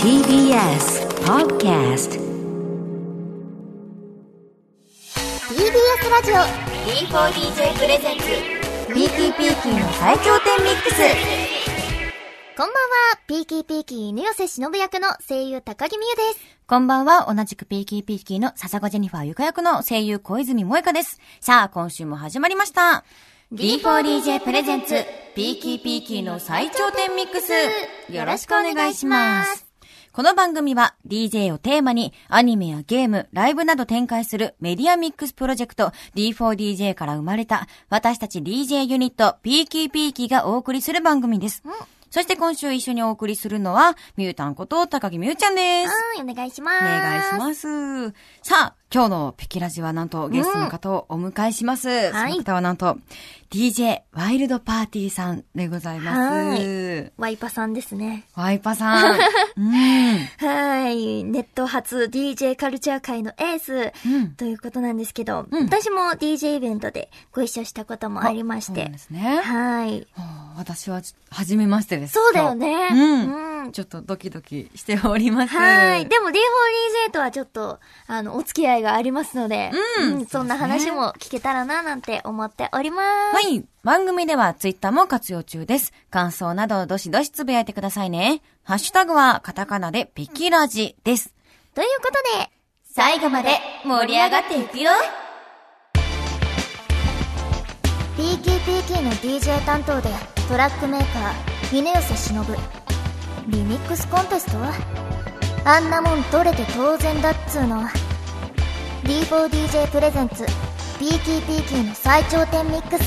TBS Podcast TBS ラジオ D4DJ プレゼンツピーキーピーキーの最頂点ミックス。こんばんは、ピーキーピーキー犬寄せ忍役の声優高木美優です。 こんばんは、同じくピーキーピーキーの笹子ジェニファーゆか役の声優小泉萌香です。さあ、今週も始まりました。D4DJ プレゼンツピーキーピーキーの最頂点ミックス。よろしくお願いします。この番組は DJ をテーマにアニメやゲーム、ライブなど展開するメディアミックスプロジェクト D4DJ から生まれた私たち DJ ユニットピーキーピーキーがお送りする番組です。そして今週一緒にお送りするのはみゆたんこと高木みゆちゃんです。 お願いします。 お願いします。さあ、今日のピキラジはなんとゲストの方をお迎えします。その方はなんと DJ ワイルドパーティーさんでございます。 ワイパさんですね。 ワイパさん。 はい。ネット初 DJ カルチャー界のエース、ということなんですけど、私も DJ イベントでご一緒したこともありまして。 そうですね。 はい。 私は初めましてです。 そうだよね。 ちょっとドキドキしております。 はい。でも D4DJ とはちょっと、お付き合いがありますので、そんな話も聞けたらななんて思っております。 はい。番組ではツイッターも活用中です。感想などどしどしつぶやいてくださいね。ハッシュタグはカタカナでピキラジです。 ということで、 最後まで盛り上がっていくよ。 PKPK の DJ 担当でトラックメーカー峰寄忍リミックスコンテストあんなもん取れて当然だっつーの。 D4DJ プレゼンツ PKPK の最頂点ミックス。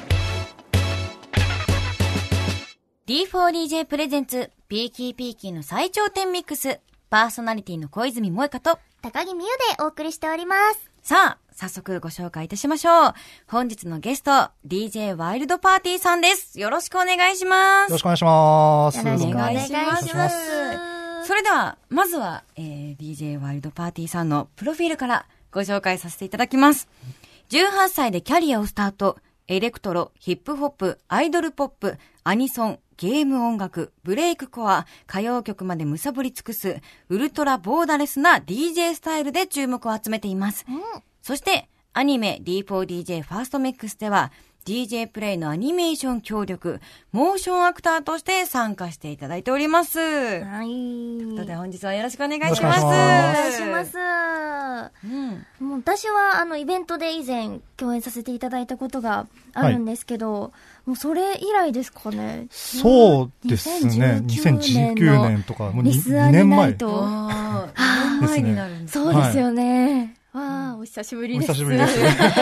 D4DJ プレゼンツPKPK の最頂点ミックス。パーソナリティの小泉萌香と高木美優でお送りしております。 さあ、早速ご紹介いたしましょう。本日のゲスト DJ ワイルドパーティーさんです。よろしくお願いします。 よろしくお願いします。 よろしくお願いします。 それではまずは、DJ ワイルドパーティーさんのプロフィールからご紹介させていただきます。18歳でキャリアをスタート。エレクトロ、ヒップホップ、アイドルポップ、アニソン、ゲーム音楽、ブレイクコア、歌謡曲まで貪り尽くすウルトラボーダレスな DJ スタイルで注目を集めています。そしてアニメ D4DJ ファーストミックスでは DJ プレイのアニメーション協力、モーションアクターとして参加していただいております。 はい。ということで本日はよろしくお願いします。 お願いします。もう私はイベントで以前共演させていただいたことがあるんですけど、もうそれ以来ですかね。 そうですね。2019年とかもう2年前。 2年前になるんです。 そうですよね。わあ、お久しぶりです。 お久しぶりです。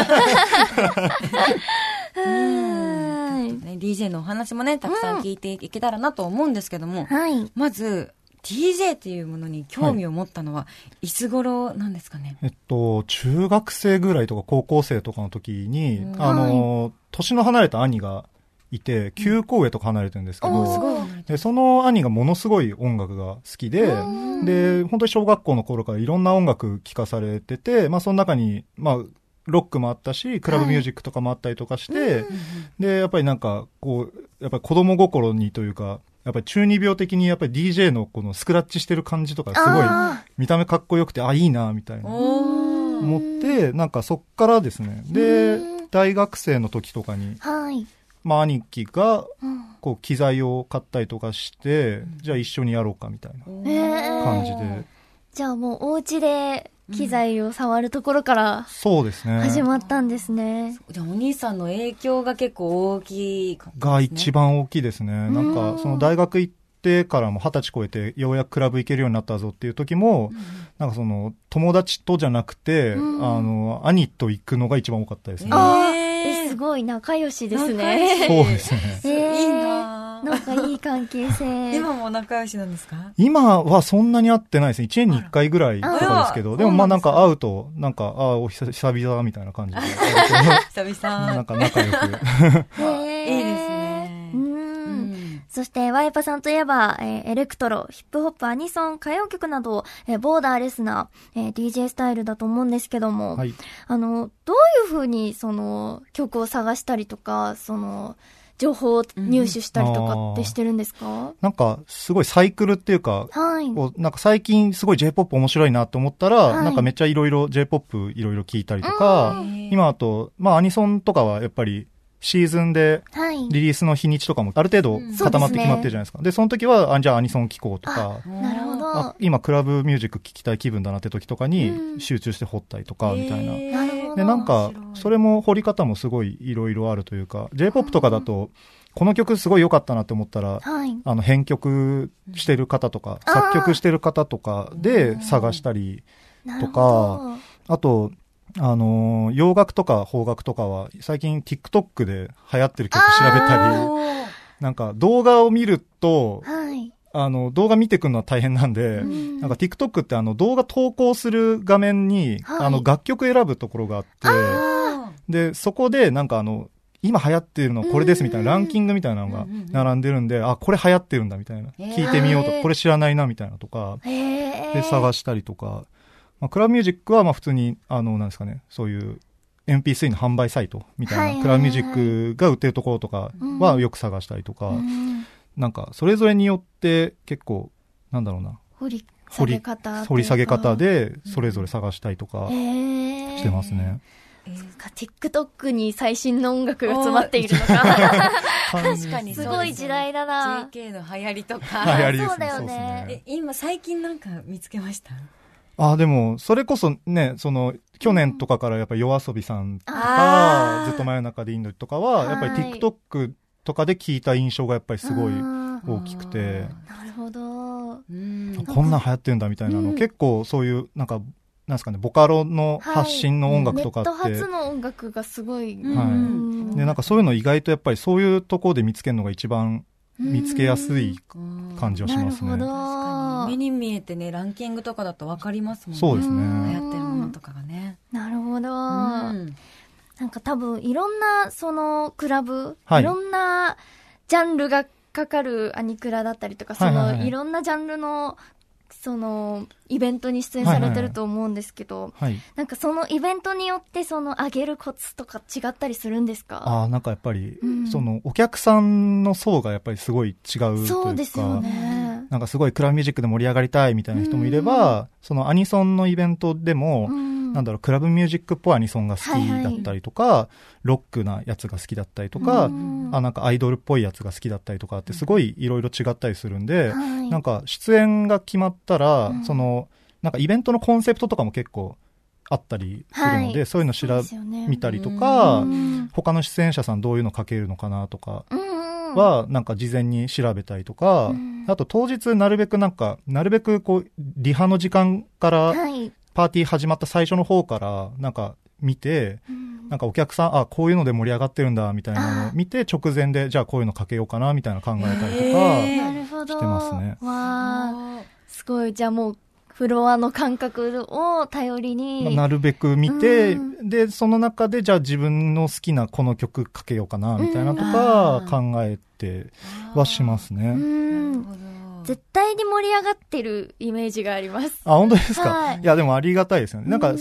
DJ のお話もね、たくさん聞いていけたらなと思うんですけども、まず DJ っていうものに興味を持ったのはいつ頃なんですかね。 中学生ぐらいとか高校生とかの時に、年の離れた兄がいて、9個上とか離れてるんですけど、でその兄がものすごい音楽が好きで、で本当に小学校の頃からいろんな音楽聴かされてて、その中にロックもあったし、クラブミュージックとかもあったりとかして、でやっぱりなんかこうやっぱり子供心にというか、やっぱり中二病的にやっぱり DJ のこのスクラッチしてる感じとかすごい見た目かっこよくて、いいなみたいな思って、なんかそっからですね。で大学生の時とかに、兄貴がこう機材を買ったりとかして、じゃあ一緒にやろうかみたいな感じで。 じゃあもうお家で機材を触るところからそうですね、 始まったんですね。 じゃあお兄さんの影響が結構大きいかもですね。 が一番大きいですね。なんかその大学行ってからも20歳超えてようやくクラブ行けるようになったぞっていう時も、なんかその友達とじゃなくて、兄と行くのが一番多かったですね。 すごい仲良しですね。 そうですね。いいな。 なんかいい関係性。 今も仲良しなんですか？ 今はそんなに会ってないですね。1年に1回ぐらいとかですけど、でもなんか会うと、なんか、お久々みたいな感じで。 久々。 なんか仲良く。 いいですね。 そしてワイパさんといえば、エレクトロ、ヒップホップ、アニソン、歌謡曲など、ボーダーレスな、DJ スタイルだと思うんですけども、どういう風にその曲を探したりとか、その情報を入手したりとかってしてるんですか？ なんか、すごいサイクルっていうか、 はい。 なんか最近すごい J-POP 面白いなと思ったら、はい、なんかめっちゃいろいろ J-POP いろいろ聞いたりとか、今だと、まあアニソンとかはやっぱりシーズンでリリースの日にちとかもある程度固まって決まってるじゃないですか。で、その時は、じゃあアニソン聴こうとか、 なるほど。 今クラブミュージック聴きたい気分だなって時とかに集中して掘ったりとか、みたいな。 なるほど。 で、なんか、それも掘り方もすごいいろいろあるというか、J-POP とかだと、この曲すごい良かったなって思ったら、はい、編曲してる方とか、作曲してる方とかで探したりとか、あと、洋楽とか邦楽とかは、最近 TikTok で流行ってる曲調べたり、なんか動画を見ると、はい、動画見てくるのは大変なんで、なんか TikTok って動画投稿する画面に、はい、楽曲選ぶところがあって、で、そこでなんか今流行ってるのこれですみたいなランキングみたいなのが並んでるんで、あ、これ流行ってるんだみたいな。聞いてみようとか、これ知らないなみたいなとか、で探したりとか、まあ、クラブミュージックはまあ普通に、なんですかね、そういう MP3 の販売サイトみたいな、クラブミュージックが売ってるところとかはよく探したりとか、なんかそれぞれによって結構、なんだろうな。掘り下げ方でそれぞれ探したりとかしてますね。 TikTok に最新の音楽が詰まっているのか確かにすごい時代だな。 JK の流行りとか流行りですね。 そうだよね。 今最近なんか見つけました？ でもそれこそね、去年とかからやっぱり夜遊さんとか、ずっと真夜中でインドとかはやっぱり TikTok とかで聞いた印象がやっぱりすごい大きくて、 なるほど、こんなん流行ってるんだみたいなの、結構そういうなんですかね、ボカロの発信の音楽とかって、 ネット発の音楽がすごい、 はい、でなんかそういうの意外とやっぱりそういうところで見つけるのが一番見つけやすい感じはしますね。 なるほど。 目に見えてね、ランキングとかだと分かりますもんね。 そうですね。 流行ってるものとかがね。 なるほど。なんか多分いろんなそのクラブ、 はい、 いろんなジャンルがかかるアニクラだったりとか、いろんなジャンルのイベントに出演されてると思うんですけど、なんかそのイベントによって上げるコツとか違ったりするんですか？ なんかやっぱり、お客さんの層がやっぱりすごい違うというか、 そうですよね。 なんかすごいクラブミュージックで盛り上がりたいみたいな人もいれば、アニソンのイベントでも、なんだろう、クラブミュージックっぽいアニソンが好きだったりとか、ロックなやつが好きだったりとか、なんかアイドルっぽいやつが好きだったりとかってすごいいろいろ違ったりするんで、なんか出演が決まったら、なんかイベントのコンセプトとかも結構あったりするので、そういうの見たりとか、他の出演者さんどういうの書けるのかなとかは、なんか事前に調べたりとか、あと当日なるべくこう、リハの時間から、パーティー始まった最初の方から、なんか見て、なんかお客さん、こういうので盛り上がってるんだ、みたいなのを見て、直前で、じゃあこういうのかけようかな、みたいな考えたりとか、してますね。 わー、すごい。じゃあもう、フロアの感覚を頼りに。 なるべく見て、で、その中で、じゃあ自分の好きなこの曲かけようかな、みたいなとか、考えてはしますね。 絶対に盛り上がってるイメージがあります。 本当ですか？いや、でもありがたいですよね。なんか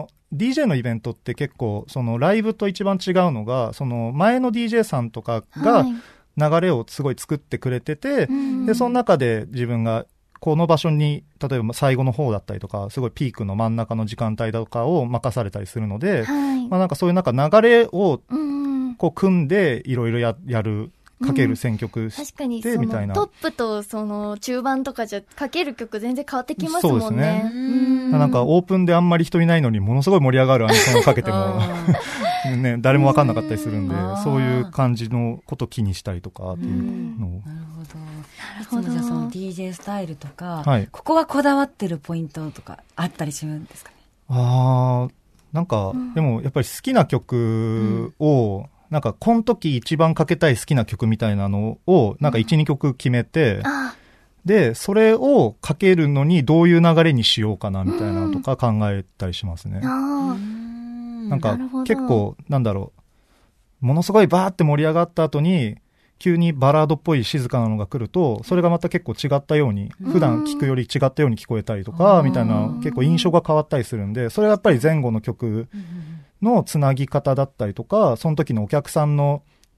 DJ のイベントって結構、ライブと一番違うのが、前の DJ さんとかが流れをすごい作ってくれてて、で、その中で自分がこの場所に、例えば最後の方だったりとか、すごいピークの真ん中の時間帯とかを任されたりするので、まあなんかそういう流れをこう組んでいろいろやる。かける選曲して、 確かにみたいな。 トップと中盤とかじゃかける曲全然変わってきますもんね。そうですね。 なんかオープンであんまり人いないのにものすごい盛り上がるアニソンをかけてもね、誰もわかんなかったりするんで、そういう感じのことを気にしたりとかっていうのを。 なるほど。いつもじゃあDJ スタイルとか、ここはこだわってるポイントとかあったりするんですかね？ なんか、でもやっぱり好きな曲を、なんか、この時一番かけたい好きな曲みたいなのを、なんか1、2曲決めて、で、それをかけるのにどういう流れにしようかなみたいなのとか考えたりしますね。なんか、結構、なんだろう、ものすごいバーって盛り上がった後に、急にバラードっぽい静かなのが来ると、それがまた結構違ったように、普段聞くより違ったように聞こえたりとか、みたいな、結構印象が変わったりするんで、それはやっぱり前後の曲のつなぎ方だったりとか、その時のお客さんの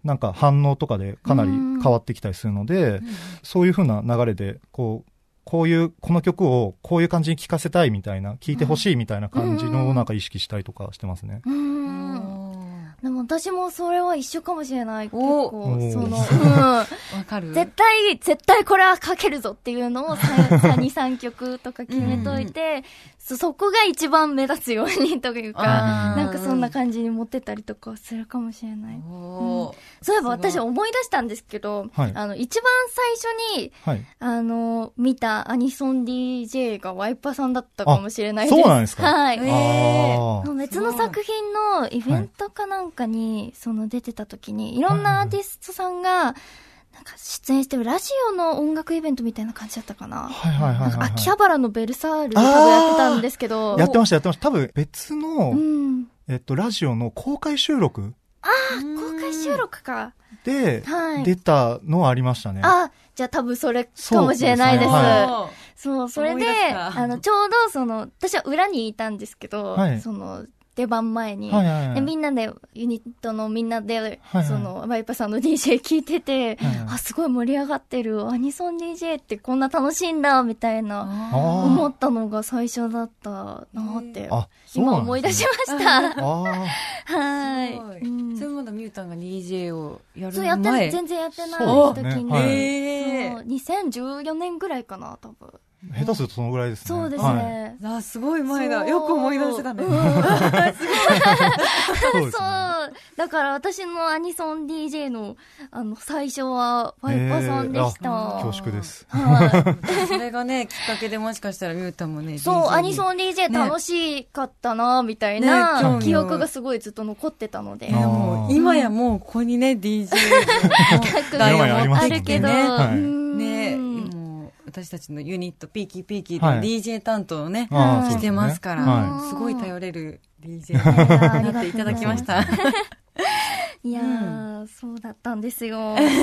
なんか反応とかでかなり変わってきたりするので、そういう風な流れで、この曲をこういう感じに聴かせたいみたいな、聴いてほしいみたいな感じのなんか意識したりとかしてますね。 でも私もそれは一緒かもしれない。結構、 わかる。 絶対これは書けるぞっていうのを2、3曲とか決めといて、そこが一番目立つようにというか、なんかそんな感じに持ってたりとかするかもしれない。そういえば私思い出したんですけど、一番最初に、見たアニソン DJ がワイパさんだったかもしれないです。 そうなんですか？ はい。別の作品のイベントかなんかに、出てた時に、いろんなアーティストさんが、なんか出演してるラジオの音楽イベントみたいな感じだったかな。秋葉原のベルサールで多分やってたんですけど。 やってました。多分別の、ラジオの公開収録。 公開収録か。 で、出たのはありましたね。 じゃあ多分それかもしれないです。そう、それで、ちょうど私は裏にいたんですけど、出番前に、でみんなでユニットのみんなでワイパさんの DJ 聞いてて、すごい盛り上がってるアニソン DJ ってこんな楽しいんだみたいな思ったのが最初だったなって今思い出しました。はい。 それまだミュータンが DJ をやる前。 そう全然やってない時に、2014年ぐらいかな多分。 下手するとそのぐらいですね。 そうですね。 すごい前だ。よく思い出せたね。 そう。だから私のアニソン DJ の、最初はワイパさんでした。 恐縮です。 それがね、きっかけでもしかしたらミュータンもね、 そう、アニソン DJ 楽しかったな、みたいな記憶がすごいずっと残ってたので。 今やもうここにね、DJ のあるけど、 私たちのユニットピーキーピーキーで DJ 担当をね、してますから、すごい頼れる DJ になっていただきました。 いやー、そうだったんですよ。そして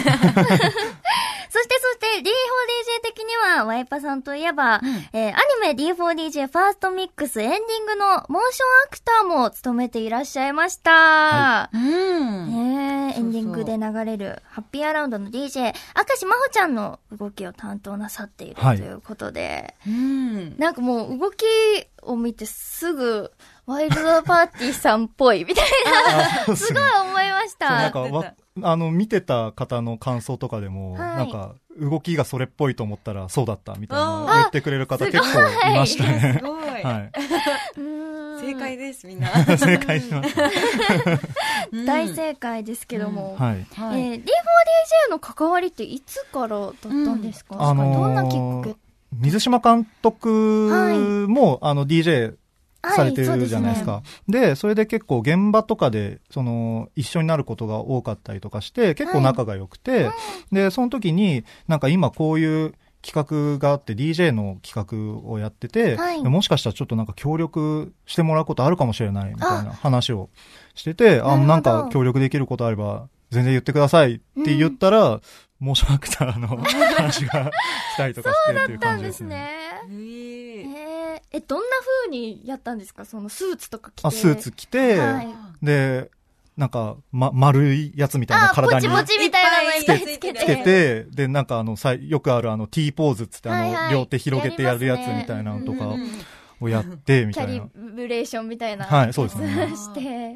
D4DJ 的にはワイパさんといえば、アニメ D4DJ ファーストミックスエンディングのモーションアクターも務めていらっしゃいました。エンディングで流れるハッピーアラウンドの DJ 明石真帆ちゃんの動きを担当なさっているということで、なんかもう動きを見てすぐワイルドパーティーさんっぽいみたいなすごい思いました。 なんか見てた方の感想とかでも、なんか動きがそれっぽいと思ったらそうだったみたいな言ってくれる方結構いましたね。 すごい。正解です、みんな。 正解しました。 大正解ですけども。D4DJ の関わりっていつからだったんですか？どんなきっかけ？ 水島監督も、DJ されてるじゃないですか。で、それで結構現場とかで、一緒になることが多かったりとかして、結構仲が良くて、で、その時に、なんか今こういう企画があって DJ の企画をやってて、もしかしたらちょっとなんか協力してもらうことあるかもしれないみたいな話をしてて、なんか協力できることあれば全然言ってくださいって言ったら、モーションアクターの話が来たりとかしてっていう感じですね。 どんな風にやったんですか？スーツとか着て。 スーツ着て、で、なんか、丸いやつみたいな体にポチポチみたいなのにつけて、で、なんかよくあるT ポーズつって両手広げてやるやつみたいなのとかをやって、みたいな。 キャリブレーションみたいな。 はい、そうですね。 して。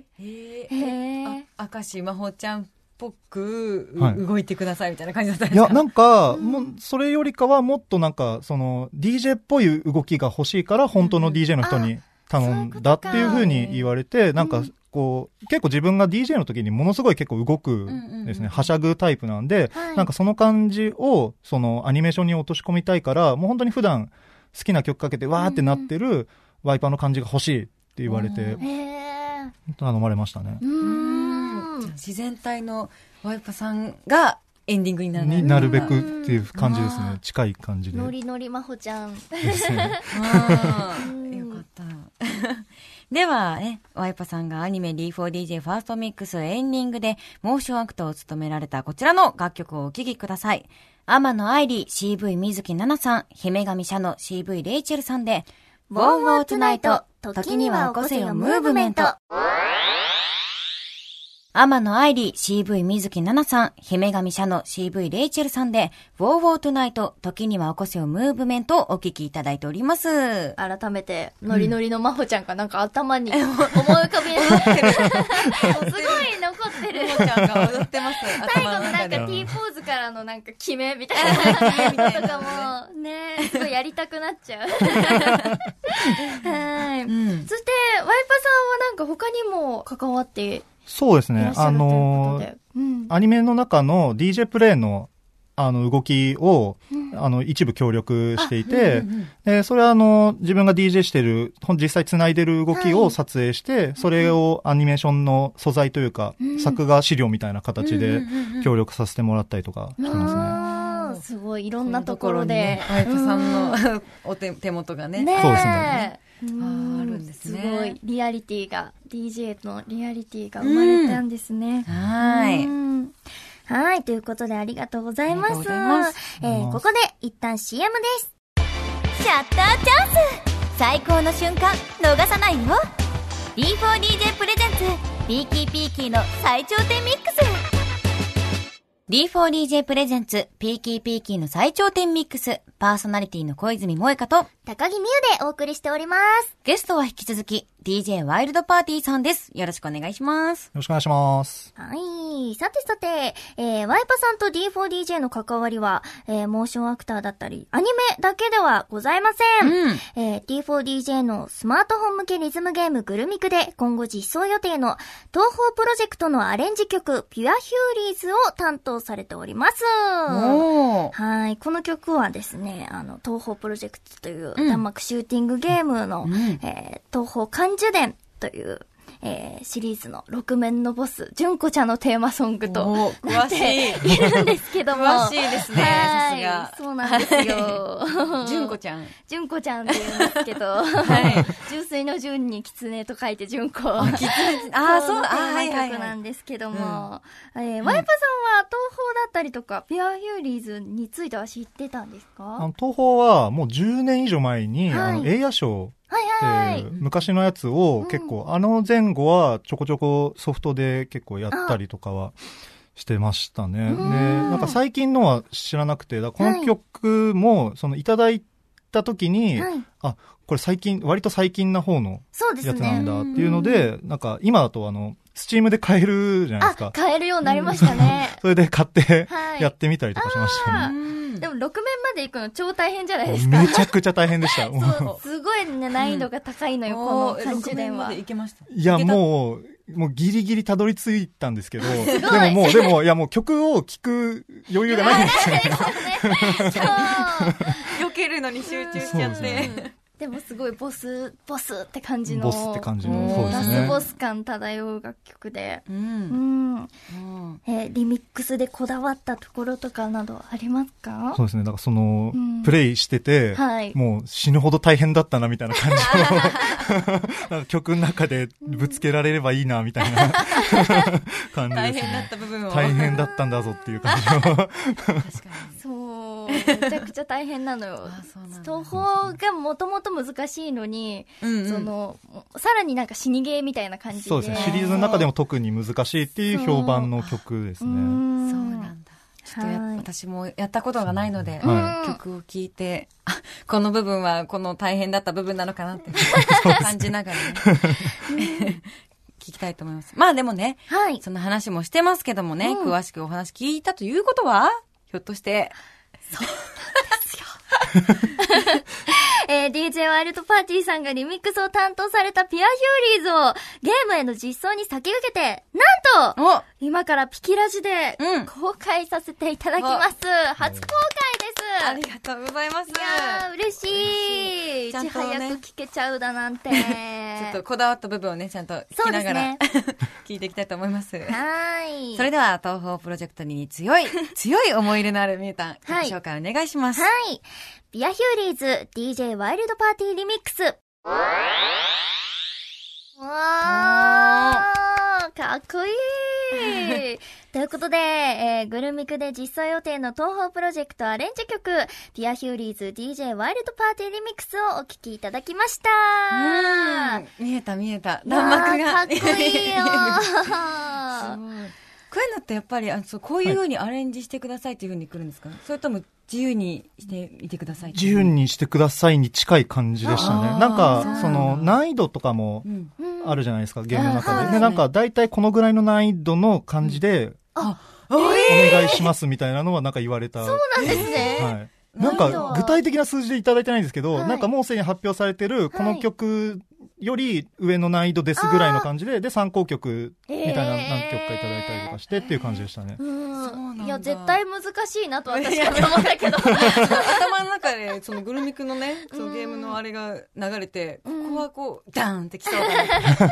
明石真帆ちゃんっぽく動いてくださいみたいな感じだったんですか？ いや、なんか、もう、それよりかはもっとなんか、DJ っぽい動きが欲しいから、本当の DJ の人に頼んだっていう風に言われて、なんか、結構自分が DJ の時にものすごい結構動くですね、はしゃぐタイプなんで、なんかその感じを、アニメーションに落とし込みたいから、もう本当に普段好きな曲かけてわーってなってるワイパーの感じが欲しいって言われて、頼まれましたね。 自然体のワイパさんがエンディングになるべくっていう感じですね。近い感じで。 ノリノリまほちゃん。 ですね。よかった。ではね、ワイパさんがアニメ D4DJ ファーストミックスエンディングでモーションアクターを務められたこちらの楽曲をお聴きください。天野愛理 CV 水木奈々さん、姫神社の CV レイチェルさんで Wow Wow Tonight 時には起こせよムーブメント。 天野愛理 CV 水木奈々さん、姫神社の CV レイチェルさんで、ウォーウォートゥナイト、時には起こせよムーブメントをお聞きいただいております。 改めて、ノリノリのまほちゃんがなんか頭に思い浮かべる。すごい残ってる。 まほちゃんが踊ってます。 最後のなんか T ポーズからのなんか決めみたいなとかも、ね、すごいやりたくなっちゃう。はい。そして、ワイパさんはなんか他にも関わってそうですね。アニメの中の DJ プレイの動きを、一部協力していて、で、それは自分が DJ してる、実際繋いでる動きを撮影して、それをアニメーションの素材というか、作画資料みたいな形で協力させてもらったりとかしてますね。 すごいいろんなところで。 ワイパさんのお手元がね。 そうですね。 あるんですね。 すごいリアリティが DJ のリアリティが生まれたんですね。 はい。 はい、ということでありがとうございます。ここで一旦 CM です。シャッターチャンス、最高の瞬間逃さないよ。 D4DJ プレゼンツピーキーピーキーの最頂点ミックス。 D4DJ プレゼンツピーキーピーキーの最頂点ミックス、パーソナリティの小泉萌香と高木美優でお送りしております。 ゲストは引き続き DJ ワイルドパーティーさんです。よろしくお願いします。 よろしくお願いします。 はい。さて、ワイパさんと D4DJ の関わりは、モーションアクターだったり、アニメだけではございません。D4DJ のスマートフォン向けリズムゲームグルミクで今後実装予定の東宝プロジェクトのアレンジ曲ピュアヒューリーズを担当されております。はい。この曲はですね、東宝プロジェクトという弾幕シューティングゲームの、東宝感受伝という、シリーズの6面のボス、純子ちゃんのテーマソングとなっているんですけども。 詳しいですね、さすが。 そうなんですよ。 純子ちゃん。 純子ちゃんって言うんですけど、はい、純粋の純に狐と書いて純子。狐、そう、テーマ曲なんですけども、ワイパさんは東宝だったりとか、ピュアヒューリーズについては知ってたんですか？ 東宝はもう10年以上前に、エイヤ賞、昔のやつを結構、前後はちょこちょこソフトで結構やったりとかはしてましたね。で、なんか最近のは知らなくて、この曲も、いただいた時に、あ、これ割と最近な方のやつなんだっていうので、なんか今だとスチームで買えるじゃないですか。 買えるようになりましたね。 それで買ってやってみたりとかしましたね。 でも6面まで行くの超大変じゃないですか。 めちゃくちゃ大変でした。 そう、すごいね、難易度が高いのよ、この感じでは。 いけました。 いや、もうギリギリたどり着いたんですけど、でも、いやもう曲を聴く余裕がないんですよ。 避けるのに集中しちゃって。 でもすごいボスって感じの。 ボスって感じの、そうですね。 ラスボス感漂う楽曲で。リミックスでこだわったところとかなどありますか？ そうですね。だからプレイしてて、もう死ぬほど大変だったなみたいな感じの、なんか曲の中でぶつけられればいいなみたいな感じですね。大変だった部分を。 大変だったんだぞっていう感じの。確かに。 そう。めちゃくちゃ大変なのよ。東宝がもともと難しいのに、さらになんか死にゲーみたいな感じで。 そうですね。シリーズの中でも特に難しいっていう評判の曲ですね。そうなんだ。ちょっと私もやったことがないので、曲を聴いて、この部分はこの大変だった部分なのかなって感じながらね。聞きたいと思います。まあでもね、その話もしてますけどもね、詳しくお話聞いたということは、ひょっとして、 そうなんですよ。DJ ワイルドパーティーさんがリミックスを担当されたピュアヒューリーズをゲームへの実装に先駆けて、なんと今からピキラジで公開させていただきます。初公開です。 ありがとうございます。いやー、嬉しい。いち早く聞けちゃうだなんて。ちょっとこだわった部分をね、ちゃんと聞きながら、聞いていきたいと思います。 はい。 それでは、東宝プロジェクトに強い思い入れのあるミュータン、紹介お願いします。 はい。ピュアヒューリーズ DJ ワイルドパーティーリミックス。わー、かっこいい。ということで、グルミクで実装予定の東宝プロジェクトアレンジ曲、ピュアヒューリーズ DJ ワイルドパーティーリミックスをお聴きいただきました。 見えた。弾幕が。 かっこいいよ。 わこういうのってやっぱりこういう風にアレンジしてくださいっていう風に来るんですか、それとも自由にしてみてください？ 自由にしてくださいに近い感じでしたね。なんか、難易度とかもあるじゃないですか、ゲームの中で。で、なんか、大体このぐらいの難易度の感じで、お願いしますみたいなのはなんか言われた。 そうなんですね。 はい。なんか、具体的な数字でいただいてないんですけど、なんかもうすでに発表されてる、この曲より上の難易度ですぐらいの感じで、で、参考曲みたいな何曲かいただいたりとかしてっていう感じでしたね。 いや、絶対難しいなと私は思ったけど。 頭の中で、そのグルミクのね、そのゲームのあれが流れて、ここはこう、ダーンって来そうだな。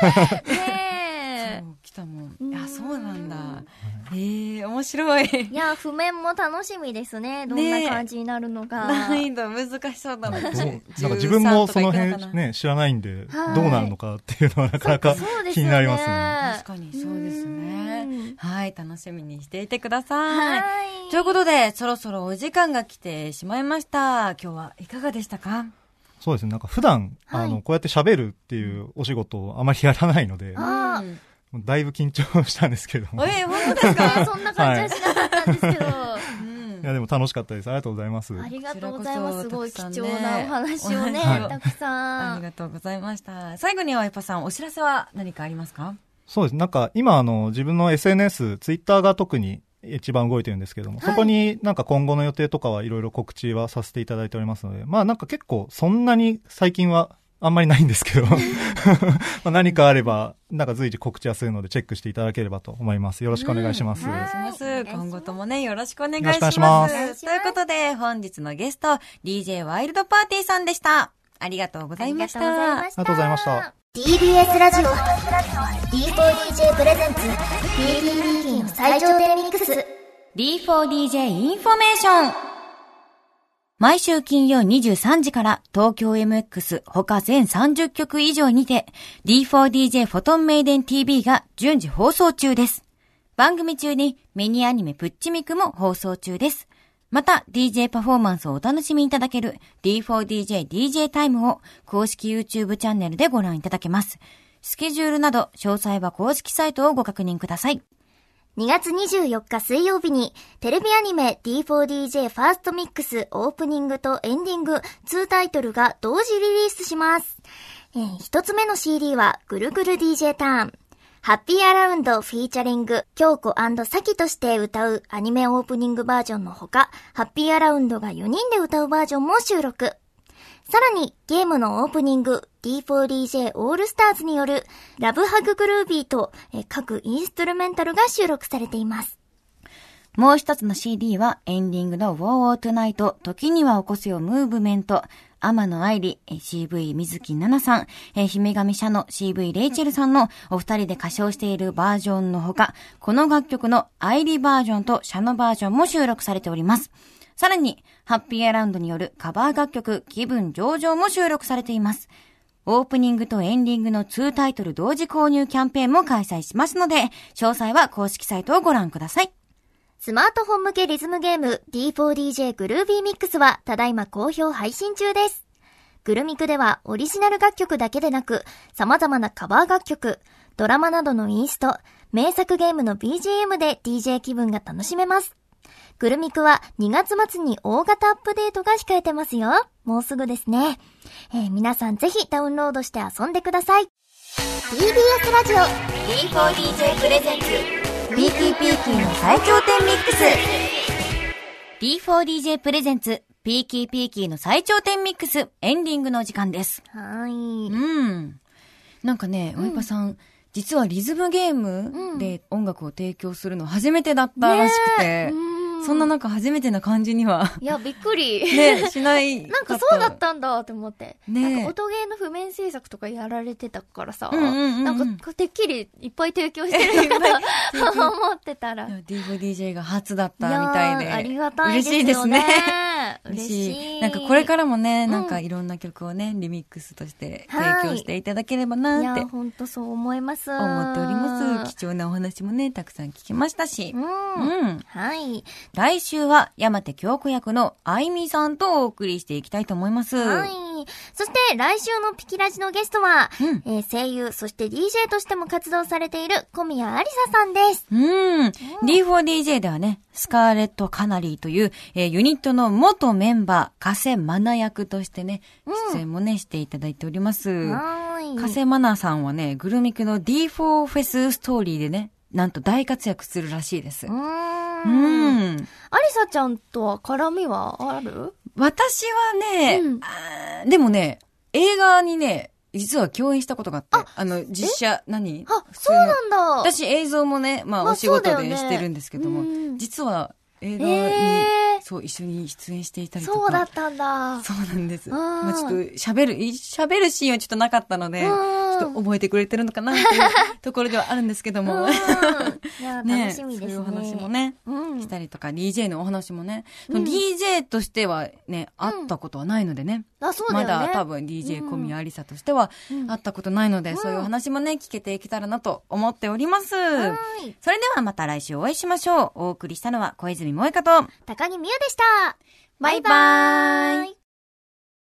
そう、来たもん。いや、そうなんだ。面白い。 いや、譜面も楽しみですね。どんな感じになるのか。 難易度難しそうだな。なんか自分もその辺ね、知らないんで、どうなるのかっていうのはなかなか気になりますね。 確かにそうですね。はい、楽しみにしていてください。ということで、そろそろお時間が来てしまいました。今日はいかがでしたか？ そうですね。なんか普段、こうやって喋るっていうお仕事をあまりやらないので、だいぶ緊張したんですけども。 本当ですか？そんな感じはしなかったんですけど。 いや、でも楽しかったです。ありがとうございます。 ありがとうございます。すごい貴重なお話をね、たくさん。 ありがとうございました。最後には、やっぱさん、お知らせは何かありますか？ そうです。なんか、今、自分の SNS、ツイッターが特に一番動いてるんですけども、そこになんか今後の予定とかはいろいろ告知はさせていただいておりますので、まあなんか結構、そんなに最近は、あんまりないんですけどまあ何かあればなんか随時告知はするのでチェックしていただければと思います。よろしくお願いします。 今後ともねよろしくお願いします。ということで本日のゲスト DJ ワイルドパーティーさんでした。ありがとうございました。 ありがとうございました。 TBS ラジオ D4DJ プレゼンツ PTPT の最頂点ミックス D4DJ インフォメーション。毎週金曜23時から東京 MX 他全30局以上にて D4DJ フォトンメイデン TV が順次放送中です。番組中にミニアニメプッチミクも放送中です。また DJ パフォーマンスをお楽しみいただける D4DJ DJ タイムを公式 YouTube チャンネルでご覧いただけます。スケジュールなど詳細は公式サイトをご確認ください。 2月24日水曜日にテレビアニメ D4DJ ファーストミックスオープニングとエンディング2タイトルが同時リリースします。一つ目の CD はぐるぐる DJ ターン。ハッピーアラウンドフィーチャリング京子&サキとして歌うアニメオープニングバージョンのほか、ハッピーアラウンドが4人で歌うバージョンも収録。さらにゲームのオープニング D4DJ オールスターズによるラブハググルービーと各インストゥルメンタルが収録されています。 もう一つの CD はエンディングの War Tonight 時には起こすよムーブメント、天野愛理、CV 水木奈々さん、姫神社の CV レイチェルさんのお二人で歌唱しているバージョンのほか、この楽曲の愛理バージョンとシャノバージョンも収録されております。さらに、ハッピーアラウンドによるカバー楽曲、気分上々も収録されています。オープニングとエンディングの2タイトル同時購入キャンペーンも開催しますので、詳細は公式サイトをご覧ください。 スマートフォン向けリズムゲーム D4DJ グルービーミックスはただいま好評配信中です。グルミクではオリジナル楽曲だけでなく、様々なカバー楽曲、ドラマなどのインスト、名作ゲームの BGM で DJ 気分が楽しめます。グルミクは2月末に大型アップデートが控えてますよ。もうすぐですね。皆さんぜひダウンロードして遊んでください。TBS ラジオ D4DJ プレゼンツ PTPT の最頂点ミックス D4DJ プレゼンツPTPT の最頂点ミックスエンディングの時間です。 はい。 なんかね、おいぱさん、実はリズムゲームで音楽を提供するの初めてだったらしくて、そんななんか初めてな感じには。 いや、びっくり。 ね、しない。 なんかそうだったんだって思って。ね、なんか音ゲーの譜面制作とかやられてたからさ、なんかてっきりいっぱい提供してるのかな思ってたら。 D4DJ が初だったみたいで。 ありがたいですよね。 嬉しいですね。嬉しい。なんかこれからもね、なんかいろんな曲をね、リミックスとして提供していただければなって。 いや、ほんとそう思います。 思っております。貴重なお話もね、たくさん聞きましたし。 はい。 来週は山手京子役のあいみさんとお送りしていきたいと思います。 はい。 い。そして来週のピキラジのゲストは、声優、そして DJ としても活動されている小宮ありささんです。 D4DJ ではね、スカーレット・カナリーという、ユニットの元メンバー、加瀬マナ役としてね、出演もね、していただいております。加瀬マナさんはね、グルミクの D4 フェスストーリーでね、なんと大活躍するらしいです。 ありさちゃんとは絡みはある？ 私はね、でもね、映画にね、実は共演したことがあって、実写、 そうなんだ。 私映像もね、お仕事でしてるんですけども、実は映画に、そう、一緒に出演していたりとか。 そうだったんだ。 そうなんです。ちょっと喋るシーンはちょっとなかったので、ちょっと覚えてくれてるのかなっていうところではあるんですけども。 いや、楽しみですね。そういうお話もね、したりとか、DJ のお話もね、DJ としてはね、会ったことはないのでね。 そうだよね。 まだ多分 DJ 小宮ありさとしては会ったことないので、そういうお話もね、聞けていけたらなと思っております。それではまた来週お会いしましょう。お送りしたのは小泉萌香と高木美優でした。 バイバーイ。